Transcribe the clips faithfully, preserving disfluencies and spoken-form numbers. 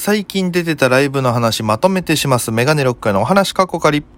最近出てたライブの話まとめてします。メガネロックへのお話かっこかり。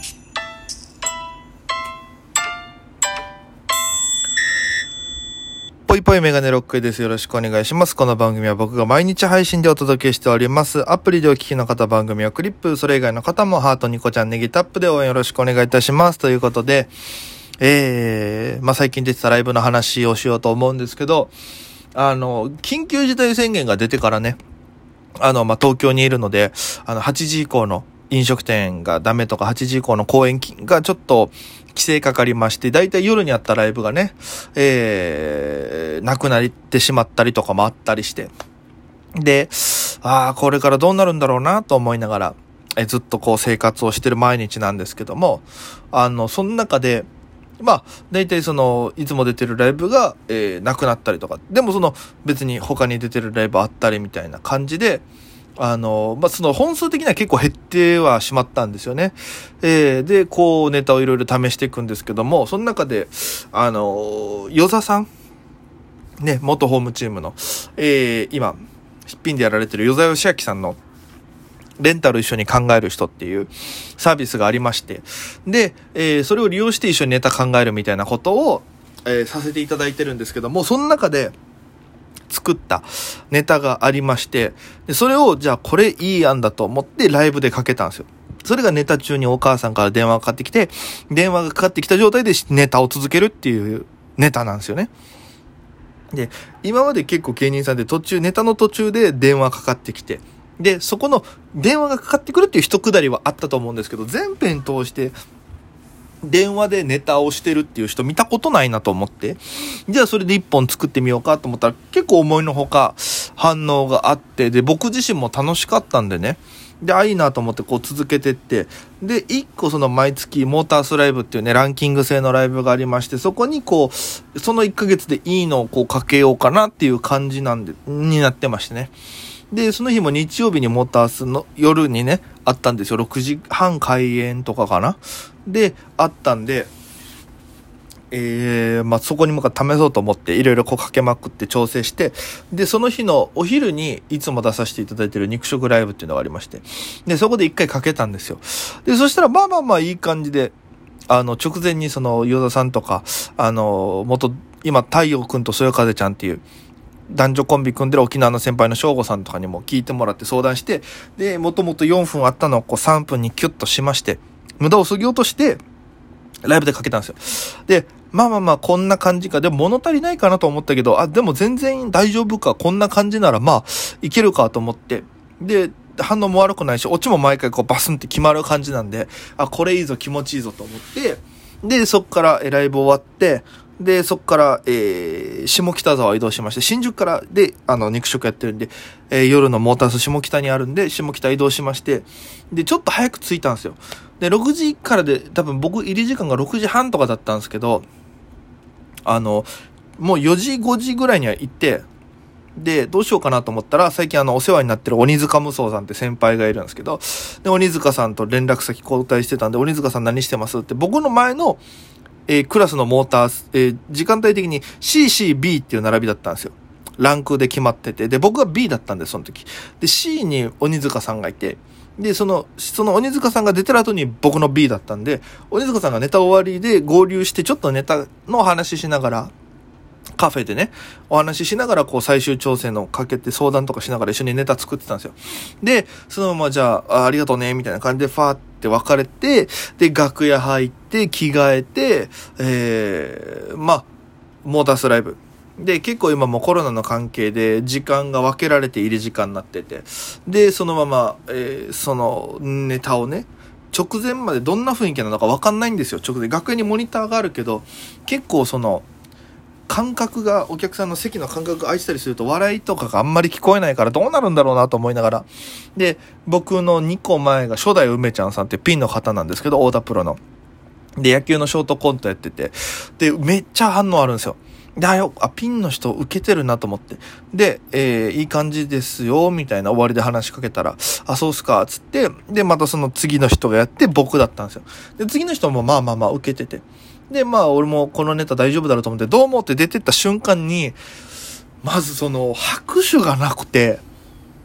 ぽいぽいメガネロックです。よろしくお願いします。この番組は僕が毎日配信でお届けしております。アプリでお聞きの方、番組はクリップ、それ以外の方もハート、ニコちゃん、ネギタップで応援よろしくお願いいたします。ということで、えー、まあ、最近出てたライブの話をしようと思うんですけど、あの、緊急事態宣言が出てからね、あの、まあ、東京にいるので、あの、はちじ以降の飲食店がダメとか、はちじ以降の公演がちょっと規制かかりまして、だいたい夜にあったライブがね、えー、なくなってしまったりとかもあったりして、で、ああ、これからどうなるんだろうなと思いながら、えずっとこう生活をしてる毎日なんですけども、あの、その中で、まあ、大体その、いつも出てるライブが、えー、なくなったりとか、でもその、別に他に出てるライブあったりみたいな感じで、あの、まあ、その本数的には結構減ってはしまったんですよね。えー、で、こうネタをいろいろ試していくんですけども、その中で、あの、与座さん、ね、元ホームチームの、えー、今、ヒッピンでやられてる与座義明さんの、レンタル一緒に考える人っていうサービスがありまして、で、えー、それを利用して一緒にネタ考えるみたいなことを、えー、させていただいてるんですけども、その中で、作ったネタがありまして、でそれをじゃあこれいい案だと思ってライブでかけたんですよ。それがネタ中にお母さんから電話がかかってきて、電話がかかってきた状態でネタを続けるっていうネタなんですよね。で、今まで結構芸人さんで途中、ネタの途中で電話かかってきて、で、そこの電話がかかってくるっていう一くだりはあったと思うんですけど、全編通して電話でネタをしてるっていう人見たことないなと思って、じゃあそれで一本作ってみようかと思ったら結構思いのほか反応があって、で僕自身も楽しかったんでね、であいいなと思ってこう続けてって、で一個その毎月モータースライブっていうねランキング制のライブがありまして、そこにこうそのいっかげつでいいのをこうかけようかなっていう感じなんでになってましてね。でその日も日曜日にモータースの夜にねあったんですよ。ろくじはん開演とかかなであったんで、えー、まあそこに向かって試そうと思っていろいろこうかけまくって調整して、でその日のお昼にいつも出させていただいている肉食ライブっていうのがありまして、でそこで一回かけたんですよ。でそしたらまあまあまあいい感じで、あの直前にその与田さんとかあの元今太陽くんとそよ風ちゃんっていう男女コンビ組んでる沖縄の先輩の翔吾さんとかにも聞いてもらって相談して、でもともとよんぷんあったのをこうさんぷんにキュッとしまして、無駄を過ぎ落としてライブでかけたんですよ。でまあまあまあこんな感じか、でも物足りないかなと思ったけど、あでも全然大丈夫か、こんな感じならまあいけるかと思って、で反応も悪くないしオチも毎回こうバスンって決まる感じなんで、あこれいいぞ気持ちいいぞと思って、でそっからライブ終わって、でそっから、えー、下北沢移動しまして、新宿からであの肉食やってるんで、えー、夜のモータース下北にあるんで下北移動しまして、でちょっと早く着いたんですよ。でろくじからで多分僕入り時間がろくじはんとかだったんですけど、あのもうよじごじぐらいには行って、でどうしようかなと思ったら、最近あのお世話になってる鬼塚無双さんって先輩がいるんですけど、で鬼塚さんと連絡先交代してたんで、鬼塚さん何してますって僕の前のえー、クラスのモーター、えー、時間帯的に シーシービー っていう並びだったんですよ。ランクで決まってて、で僕が ビー だったんでその時で シー に鬼塚さんがいて、でそのその鬼塚さんが出てる後に僕の ビー だったんで、鬼塚さんがネタ終わりで合流してちょっとネタの話しながらカフェでねお話ししながらこう最終調整のかけて相談とかしながら一緒にネタ作ってたんですよ。でそのままじゃあ あ, ありがとうねみたいな感じでファーって別れて、で楽屋入って着替えて、えー、まあモータースライブで結構今もコロナの関係で時間が分けられて入り時間になってて、でそのまま、えー、そのネタをね直前までどんな雰囲気なのか分かんないんですよ。直前楽屋にモニターがあるけど結構その感覚がお客さんの席の感覚が空いてたりすると笑いとかがあんまり聞こえないからどうなるんだろうなと思いながら、で僕のにこまえが初代梅ちゃんさんってピンの方なんですけど、太田プロので野球のショートコントやってて、でめっちゃ反応あるんですよ。であよあピンの人受けてるなと思って、で、えー、いい感じですよみたいな終わりで話しかけたら、あそうっすかっつって、でまたその次の人がやって僕だったんですよ。で次の人もまあまあまあ受けてて、でまあ俺もこのネタ大丈夫だろうと思ってどうもって出てった瞬間にまずその拍手がなくて、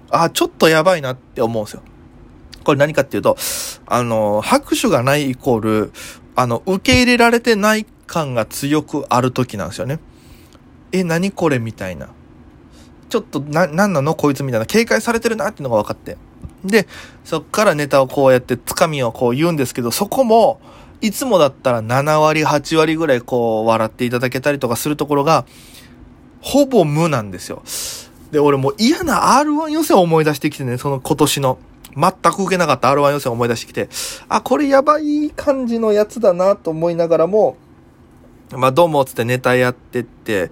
あ、ちょっとやばいなって思うんですよ。これ何かっていうと、あの、拍手がないイコール、あの、受け入れられてない感が強くある時なんですよね。え、何これみたいな。ちょっとな、なんなのこいつみたいな。警戒されてるなっていうのが分かって。で、そっからネタをこうやってつかみをこう言うんですけど、そこも、いつもだったらななわり、はちわりぐらいこう笑っていただけたりとかするところが、ほぼ無なんですよ。で、俺もう嫌な アールワン 予選を思い出してきてね、その今年の。全く受けなかった アールワン 予選を思い出してきて、あ、これやばい感じのやつだなと思いながらも、まあどうもつってネタやってって、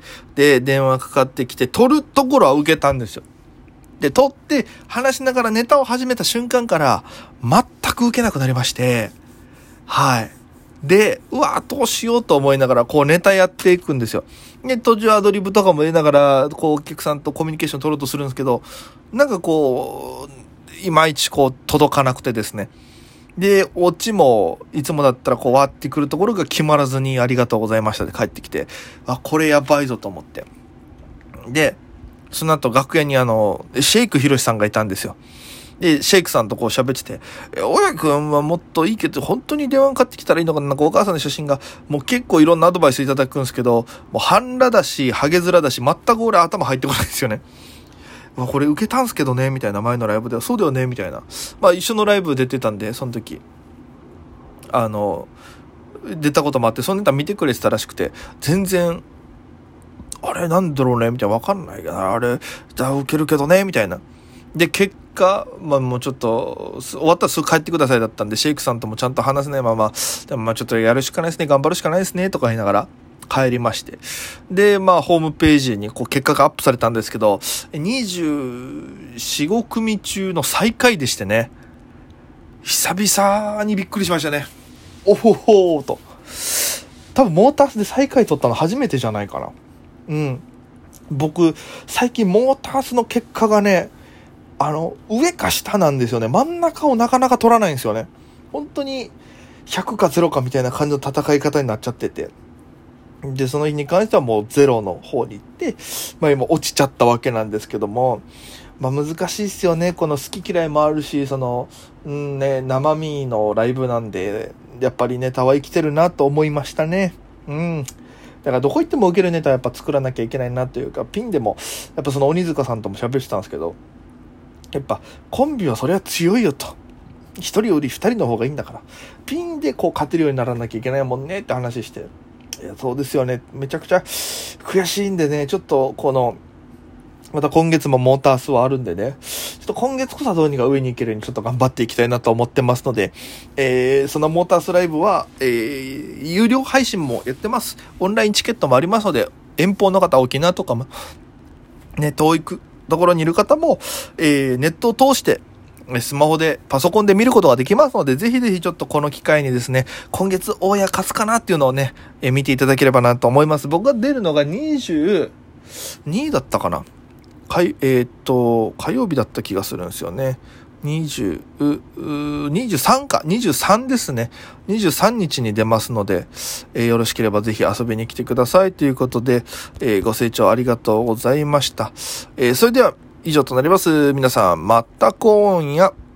で、電話かかってきて、撮るところは受けたんですよ。で、撮って話しながらネタを始めた瞬間から、全く受けなくなりまして、はい。で、うわ、どうしようと思いながら、こうネタやっていくんですよ。で、途中アドリブとかも入れながら、こうお客さんとコミュニケーション取ろうとするんですけど、なんかこう、いまいちこう届かなくてですね。で、オチもいつもだったらこう割ってくるところが決まらずにありがとうございましたで帰ってきて、あ、これやばいぞと思って。で、その後楽屋にあの、シェイクヒロシさんがいたんですよ。で、シェイクさんとこう喋ってて、え、大家くんはもっといいけど、本当に電話かかってきたらいいのかな、なんかお母さんの写真が、もう結構いろんなアドバイスいただくんですけど、もう半裸だし、ハゲ面だし、全く俺頭入ってこないんですよね。これ受けたんすけどねみたいな、前のライブではそうだよねみたいな、まあ一緒のライブ出てたんで、その時あの出たこともあって、そのネタ見てくれてたらしくて、全然あれなんだろうねみたいな、わかんないけど、あれじゃあ受けるけどねみたいな。で結果、まあもうちょっと終わったらすぐ帰ってくださいだったんで、シェイクさんともちゃんと話せないまま、でもまあちょっとやるしかないですね、頑張るしかないですねとか言いながら帰りまして。で、まあ、ホームページにこう結果がアップされたんですけど、にじゅうよん、ごくみ中の最下位でしてね、久々にびっくりしましたね。おほほーと。多分モータースで最下位取ったの初めてじゃないかな。うん。僕、最近モータースの結果がね、あの、上か下なんですよね。真ん中をなかなか取らないんですよね。本当にひゃくかゼロかみたいな感じの戦い方になっちゃってて。で、その日に関してはもうゼロの方に行って、まあ今落ちちゃったわけなんですけども、まあ難しいっすよね。この好き嫌いもあるし、その、うんね、生身のライブなんで、やっぱりネタは生きてるなと思いましたね。うん。だからどこ行っても受けるネタはやっぱ作らなきゃいけないなというか、ピンでも、やっぱその鬼塚さんとも喋ってたんですけど、やっぱコンビはそれは強いよと。一人より二人の方がいいんだから、ピンでこう勝てるようにならなきゃいけないもんねって話して、いや、そうですよね。めちゃくちゃ悔しいんでね、ちょっとこの、また今月もモータースはあるんでね、ちょっと今月こそどうにか上に行けるようにちょっと頑張っていきたいなと思ってますので、えー、そのモータースライブは、えー、有料配信もやってます。オンラインチケットもありますので、遠方の方、沖縄とかも、ね、遠いところにいる方も、えー、ネットを通して、スマホで、パソコンで見ることができますので、ぜひぜひちょっとこの機会にですね、今月大家勝つかなっていうのをね、え見ていただければなと思います。僕が出るのがにじゅうにだったかな。かい、えー、っと、火曜日だった気がするんですよね。にじゅう、にじゅうさんか、にじゅうさんですね。にじゅうさんにちに出ますので、えー、よろしければぜひ遊びに来てくださいということで、えー、ご清聴ありがとうございました。えー、それでは、以上となります。皆さん、また今夜。